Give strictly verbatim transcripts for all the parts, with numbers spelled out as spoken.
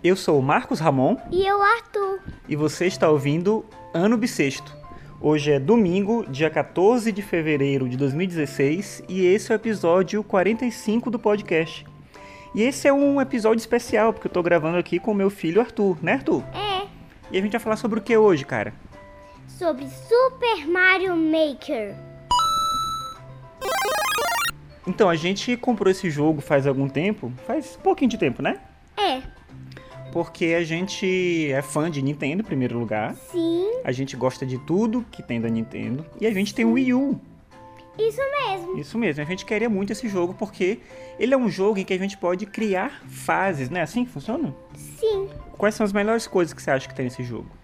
Eu sou o Marcos Ramon. E eu, Arthur. E você está ouvindo Ano Bissexto. Hoje é domingo, dia quatorze de fevereiro de dois mil e dezesseis, e esse é o episódio quarenta e cinco do podcast. E esse é um episódio especial, porque eu tô gravando aqui com o meu filho Arthur, né, Arthur? É. E a gente vai falar sobre o que hoje, cara? Sobre Super Mario Maker. Então, a gente comprou esse jogo faz algum tempo, faz pouquinho de tempo, né? É. Porque a gente é fã de Nintendo, em primeiro lugar. Sim. A gente gosta de tudo que tem da Nintendo. E a gente tem o Wii U. Isso mesmo. Isso mesmo, a gente queria muito esse jogo porque ele é um jogo em que a gente pode criar fases, né? Assim que funciona? Sim. Quais são as melhores coisas que você acha que tem nesse jogo?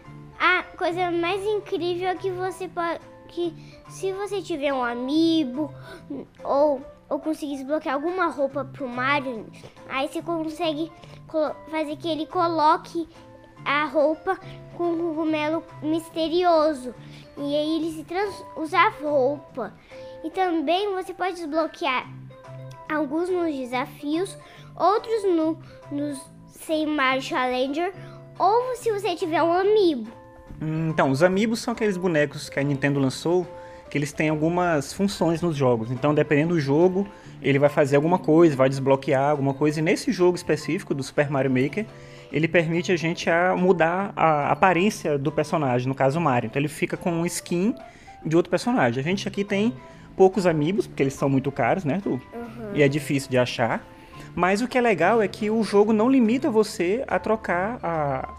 A coisa mais incrível é que você pode... que se você tiver um amiibo ou, ou conseguir desbloquear alguma roupa pro Mario, aí você consegue fazer que ele coloque a roupa com um cogumelo misterioso. E aí ele se trans, usa a roupa. E também você pode desbloquear alguns nos desafios, outros no, nos sem Mario Challenger, ou se você tiver um amiibo. Então, os amiibos são aqueles bonecos que a Nintendo lançou, que eles têm algumas funções nos jogos. Então, dependendo do jogo, ele vai fazer alguma coisa, vai desbloquear alguma coisa. E nesse jogo específico do Super Mario Maker, ele permite a gente a mudar a aparência do personagem, no caso o Mario. Então, ele fica com um skin de outro personagem. A gente aqui tem poucos amiibos, porque eles são muito caros, né, Arthur? Uhum. E é difícil de achar. Mas o que é legal é que o jogo não limita você a trocar a...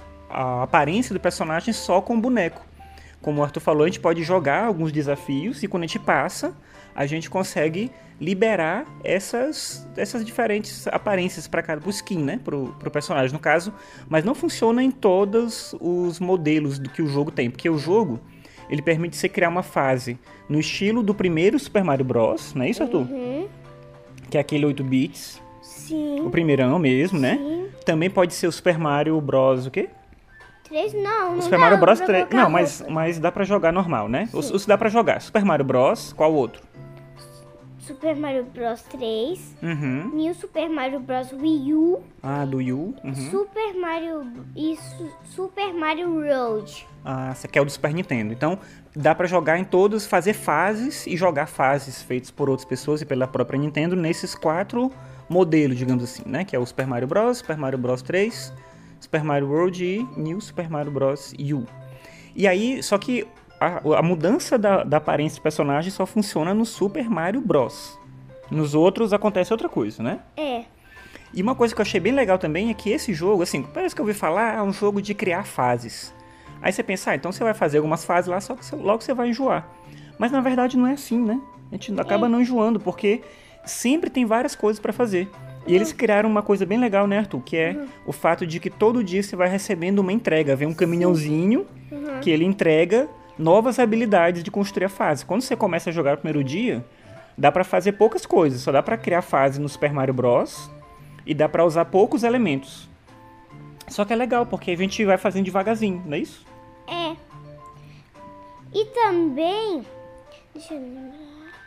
a aparência do personagem só com o boneco. Como o Arthur falou, a gente pode jogar alguns desafios e quando a gente passa, a gente consegue liberar essas, essas diferentes aparências para cada pro skin, né? Pro, pro personagem, no caso. Mas não funciona em todos os modelos do que o jogo tem, porque o jogo ele permite você criar uma fase no estilo do primeiro Super Mario Bros, não é isso, Arthur? Uhum. Que é aquele oito bits. Sim. O primeirão mesmo, né? Sim. Também pode ser o Super Mario Bros, o quê? Três não, não Super dá Mario Bros pra três. colocar Não, mas, roupa. mas dá pra jogar normal, né? Os, Sim. os dá pra jogar. Super Mario Bros. Qual outro? Super Mario Bros três, Uhum. New Super Mario Bros Wii U, Ah, do Wii U. Uhum. Super Mario e Su- Super Mario Road. Ah, esse aqui é o do Super Nintendo. Então, dá pra jogar em todos, fazer fases e jogar fases feitas por outras pessoas e pela própria Nintendo nesses quatro modelos, digamos assim, né? Que é o Super Mario Bros, Super Mario Bros três, Super Mario World e New Super Mario Bros U. E aí, só que a, a mudança da, da aparência do personagem só funciona no Super Mario Bros. Nos outros acontece outra coisa, né? É, E uma coisa que eu achei bem legal também é que esse jogo, assim, parece que eu ouvi falar, é um jogo de criar fases. Aí você pensa, ah, então você vai fazer algumas fases lá, só que você, logo você vai enjoar. Mas na verdade não é assim, né? A gente acaba não enjoando, porque sempre tem várias coisas pra fazer. E eles criaram uma coisa bem legal, né, Arthur? Que é o fato de que todo dia você vai recebendo uma entrega. Vem um caminhãozinho que ele entrega novas habilidades de construir a fase. Quando você começa a jogar no primeiro dia, dá pra fazer poucas coisas. Só dá pra criar fase no Super Mario Bros. E dá pra usar poucos elementos. Só que é legal, porque a gente vai fazendo devagarzinho, não é isso? é. E também, deixa eu lembrar.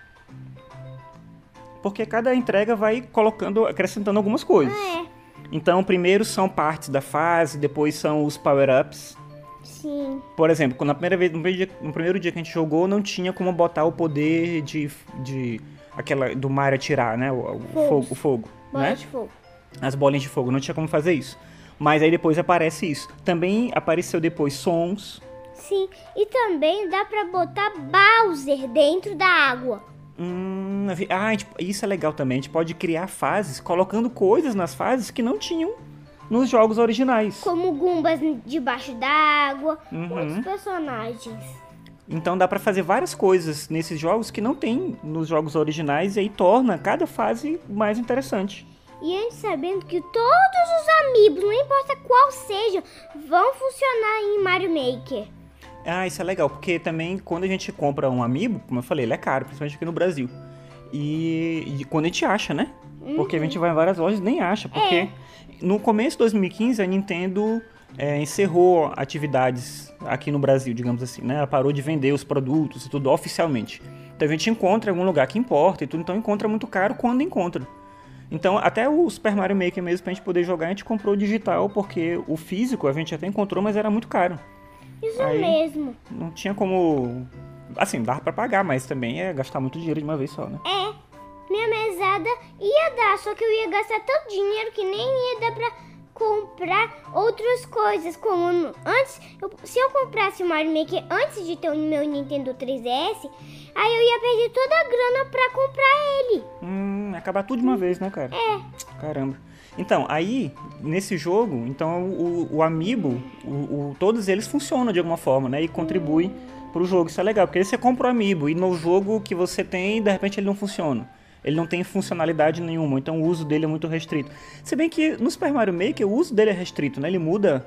Porque cada entrega vai colocando, acrescentando algumas coisas. Ah, é. Então, primeiro são partes da fase, depois são os power-ups. Sim, Por exemplo, quando na primeira vez, no primeiro, dia, no primeiro dia que a gente jogou, não tinha como botar o poder de, de aquela do Mario atirar, né? O, o Fogos. fogo, o fogo, bola né? de fogo. As bolinhas de fogo, não tinha como fazer isso. Mas aí depois aparece isso. Também apareceu depois sons. Sim, e também dá pra botar Bowser dentro da água. Hum, ah, a gente- isso é legal também. A gente pode criar fases colocando coisas nas fases que não tinham nos jogos originais. Como Gumbas debaixo d'água, Uhum. outros personagens. Então dá pra fazer várias coisas nesses jogos que não tem nos jogos originais e aí torna cada fase mais interessante. E a gente sabendo que todos os amiibos, não importa qual seja, vão funcionar em Mario Maker. Ah, isso é legal, porque também quando a gente compra um amiibo, como eu falei, ele é caro, principalmente aqui no Brasil. E, e quando a gente acha, né? Porque a gente vai em várias lojas e nem acha, porque É. no começo de dois mil e quinze a Nintendo é, encerrou atividades aqui no Brasil, digamos assim, né? Ela parou de vender os produtos e tudo oficialmente. Então a gente encontra em algum lugar que importa e tudo, então encontra muito caro quando encontra. Então, até o Super Mario Maker mesmo, pra gente poder jogar, a gente comprou o digital, porque o físico a gente até encontrou, mas era muito caro. Isso Aí, mesmo. Não tinha como... Assim, dava pra pagar, mas também é gastar muito dinheiro de uma vez só, né? É, minha mesada ia dar, só que eu ia gastar tanto dinheiro que nem ia dar pra comprar outras coisas, como no- antes, eu- se eu comprasse o Mario Maker antes de ter o meu Nintendo três D S, aí eu ia perder toda a grana pra comprar ele. Hum, acabar tudo de uma vez, né, cara? É, Caramba. Então, aí, nesse jogo, então o, o Amiibo, o, o- todos eles funcionam de alguma forma, né? E contribuem pro jogo. Isso é legal, porque aí você compra o Amiibo e no jogo que você tem, de repente ele não funciona. Ele não tem funcionalidade nenhuma, então o uso dele é muito restrito. Se bem que no Super Mario Maker o uso dele é restrito, né? Ele muda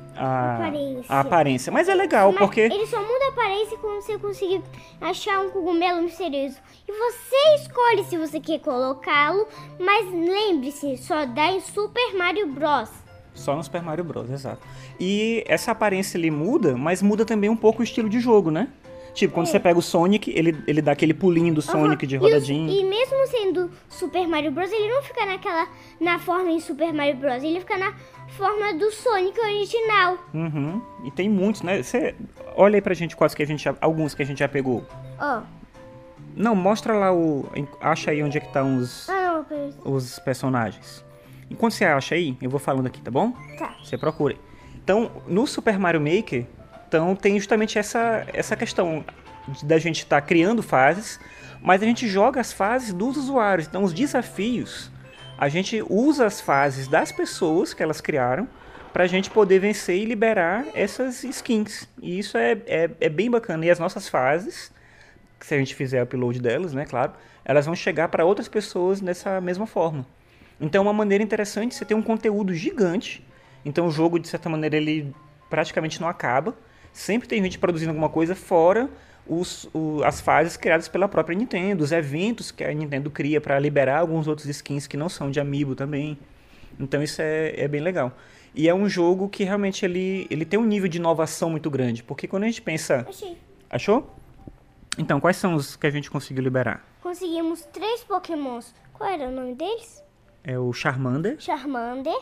a Aparência. a aparência. Mas é legal, mas porque... ele só muda a aparência quando você conseguir achar um cogumelo misterioso. E você escolhe se você quer colocá-lo, mas lembre-se, só dá em Super Mario Bros. Só no Super Mario Bros, exato. E essa aparência ele muda, mas muda também um pouco o estilo de jogo, né? Tipo, quando É. você pega o Sonic, ele, ele dá aquele pulinho do Sonic Aham. de E os- rodadinho. E, mesmo sendo Super Mario Bros, ele não fica naquela na forma em Super Mario Bros, ele fica na forma do Sonic original. Uhum. E tem muitos, né? Você olha aí pra gente quais que a gente já, alguns que a gente já pegou. Ó. Não, mostra lá o... Acha aí onde é que estão os, Ah, não, peraí. os personagens. Enquanto você acha aí, eu vou falando aqui, tá bom? Tá. Você procura aí. Então, no Super Mario Maker, então, tem justamente essa, essa questão de- da gente estar criando fases, mas a gente joga as fases dos usuários. Então, os desafios, a gente usa as fases das pessoas que elas criaram para a gente poder vencer e liberar essas skins. E isso é, é, é bem bacana. E as nossas fases, se a gente fizer upload delas, né, claro, elas vão chegar para outras pessoas dessa mesma forma. Então, é uma maneira interessante, você tem um conteúdo gigante. Então, o jogo, de certa maneira, ele praticamente não acaba. Sempre tem gente produzindo alguma coisa fora os, o- as fases criadas pela própria Nintendo, os eventos que a Nintendo cria para liberar alguns outros skins que não são de Amiibo também. Então isso é, é bem legal. E é um jogo que realmente ele, ele tem um nível de inovação muito grande, porque quando a gente pensa... Achei. Achou? Então, quais são os que a gente conseguiu liberar? Conseguimos três pokémons. Qual era o nome deles? É o Charmander, Charmander,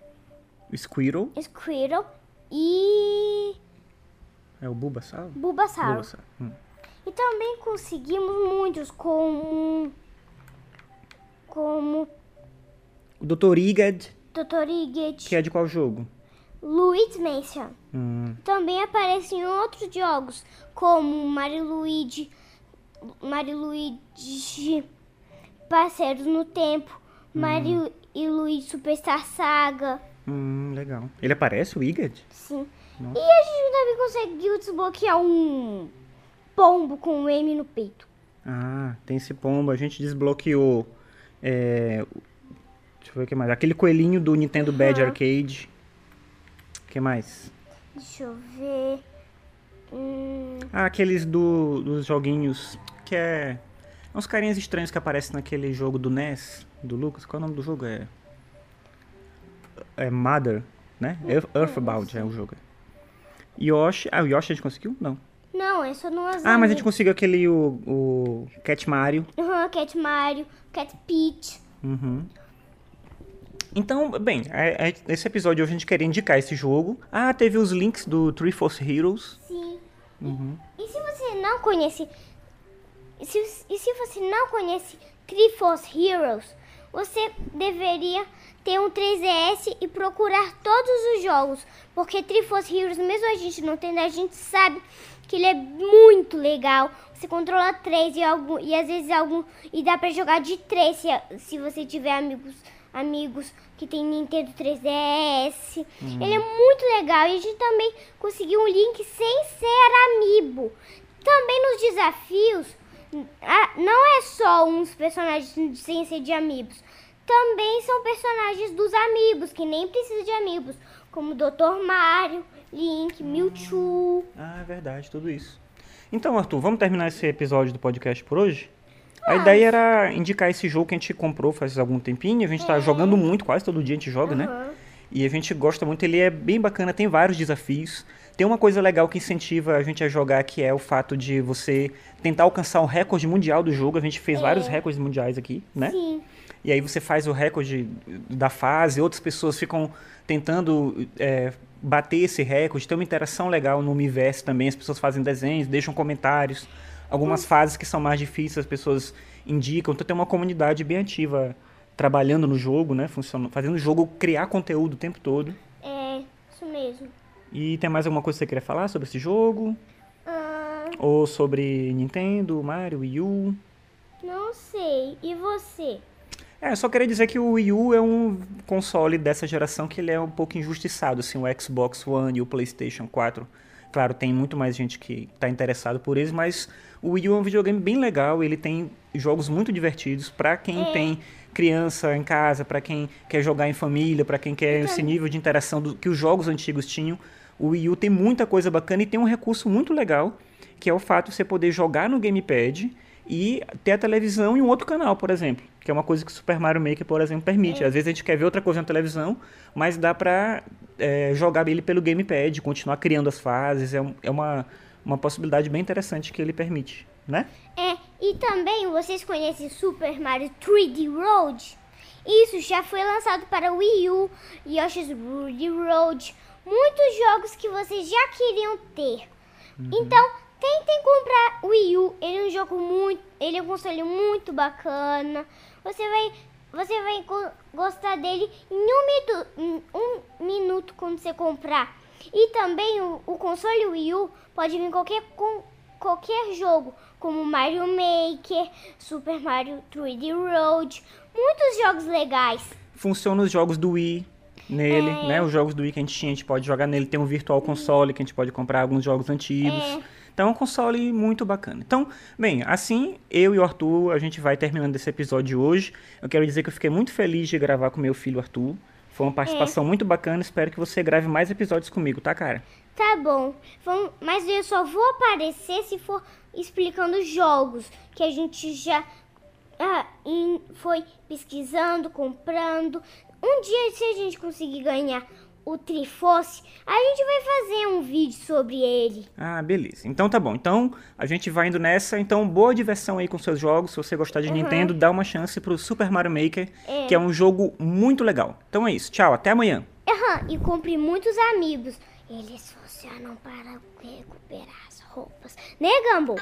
o Squirtle, Squirtle e é o Bulbasaur? Bulbasaur. Bulbasaur. Hum. E também conseguimos muitos como como O doutor Igad, doutor Iget, que é de qual jogo? Luigi Mansion. Hum, Também aparece em outros jogos, como Mario Luigi, Mario Luigi Parceiros no Tempo, Mario e Luigi Superstar Saga. hum, legal. Ele aparece, o Igad? Sim. Nossa. E a gente também conseguiu desbloquear um pombo com um M no peito. Ah, tem esse pombo. A gente desbloqueou. É, o- deixa eu ver o que mais. Aquele coelhinho do Nintendo Bad Aham. Arcade. O que mais? Deixa eu ver. Hum, Ah, aqueles do, dos joguinhos. Que é. Uns carinhas estranhos que aparecem naquele jogo do N E S, do Lucas. Qual é o nome do jogo? É. É Mother, né? Earth- Earthbound é o jogo. Yoshi. Ah, o Yoshi a gente conseguiu? Não. não, é só no azul. Ah, mas a gente conseguiu aquele. O, o Cat Mario. Uhum, Cat Mario, Cat Peach. Uhum. Então, bem, é- é- nesse episódio hoje a gente queria indicar esse jogo. Ah, teve os links do Three Force Heroes. Sim. Uhum. E se você não conhece. E se, e se você não conhece Triforce Heroes, você deveria ter um três D S e procurar todos os jogos. Porque Triforce Heroes, mesmo a gente não tendo, a gente sabe que ele é muito legal. Você controla três e, algum, e às vezes algum. E dá pra jogar de três se, se você tiver amigos. Amigos que tem Nintendo três D S. Ele é muito legal. E a gente também conseguiu um link sem ser amiibo. Também nos desafios, ah, não é só uns personagens sem ser de amigos. Também são personagens dos amigos, que nem precisa de amigos. Como doutor Mario, Link, Mewtwo. Ah, é verdade, tudo isso. Então, Arthur, vamos terminar esse episódio do podcast por hoje? A ideia era indicar esse jogo que a gente comprou faz algum tempinho. A gente tá jogando muito, quase todo dia a gente joga, né? Aham. E a gente gosta muito, ele é bem bacana, tem vários desafios. Tem uma coisa legal que incentiva a gente a jogar, que é o fato de você tentar alcançar o recorde mundial do jogo. A gente fez vários recordes mundiais aqui, né? Sim. e aí você faz o recorde da fase, outras pessoas ficam tentando é, bater esse recorde, tem uma interação legal no Miiverse também, as pessoas fazem desenhos, deixam comentários, algumas hum. fases que são mais difíceis as pessoas indicam, então tem uma comunidade bem ativa trabalhando no jogo, né, funcionando, fazendo o jogo criar conteúdo o tempo todo. É, isso mesmo. E tem mais alguma coisa que você queria falar sobre esse jogo? Ah, Ou sobre Nintendo, Mario, Wii U? Não sei. E você? É, eu só queria dizer que o Wii U é um console dessa geração que ele é um pouco injustiçado, assim, o Xbox One e o PlayStation quatro. Claro, tem muito mais gente que está interessado por eles, mas o Wii U é um videogame bem legal, ele tem jogos muito divertidos para quem é. tem criança em casa, para quem quer jogar em família, para quem quer então... esse nível de interação do, que os jogos antigos tinham. O Wii U tem muita coisa bacana e tem um recurso muito legal, que é o fato de você poder jogar no gamepad e ter a televisão em um outro canal, por exemplo. Que é uma coisa que o Super Mario Maker, por exemplo, permite. É. Às vezes a gente quer ver outra coisa na televisão, mas dá pra é, jogar ele pelo gamepad, continuar criando as fases. É, um, é uma, uma possibilidade bem interessante que ele permite, né? É, e também vocês conhecem Super Mario três D World? Isso já foi lançado para Wii U, Yoshi's Woolly World, muitos jogos que vocês já queriam ter. Uhum. Então, tentem comprar o Wii U, ele é um jogo muito, ele é um console muito bacana. Você vai, você vai go- gostar dele em um, mitu, em um minuto quando você comprar. E também o, o console Wii U pode vir qualquer, com qualquer jogo, como Mario Maker, Super Mario três D World, muitos jogos legais. Funciona os jogos do Wii nele, é. né? Os jogos do Wii que a gente tinha, a gente pode jogar nele. Tem um Virtual Console que a gente pode comprar alguns jogos antigos. É. Então é um console muito bacana. Então, bem, assim, eu e o Arthur, a gente vai terminando esse episódio de hoje. Eu quero dizer que eu fiquei muito feliz de gravar com meu filho Arthur. Foi uma participação é. muito bacana. Espero que você grave mais episódios comigo, tá, cara? Tá bom. Vamos, mas eu só vou aparecer se for explicando jogos que a gente já ah, foi pesquisando, comprando. Um dia, se a gente conseguir ganhar o Triforce, a gente vai fazer um vídeo sobre ele. Ah, beleza. Então tá bom. Então a gente vai indo nessa. Então boa diversão aí com seus jogos. Se você gostar de uhum. Nintendo, dá uma chance pro Super Mario Maker, é. que é um jogo muito legal. Então é isso. Tchau, até amanhã. Uhum. E compre muitos amigos. Eles funcionam para recuperar as roupas. Né, Gumball?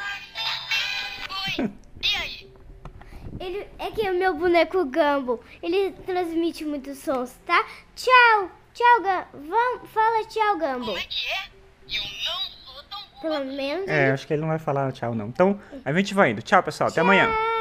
Oi, e aí? Ele, é que é o meu boneco Gumball. Ele transmite muitos sons, tá? Tchau. Tchau, Gumball. Fala tchau, Gumball. Como é que é? Eu não sou tão boa. Pelo menos... É, ele... acho que ele não vai falar tchau, não. Então, a gente vai indo. Tchau, pessoal. Até tchau. amanhã.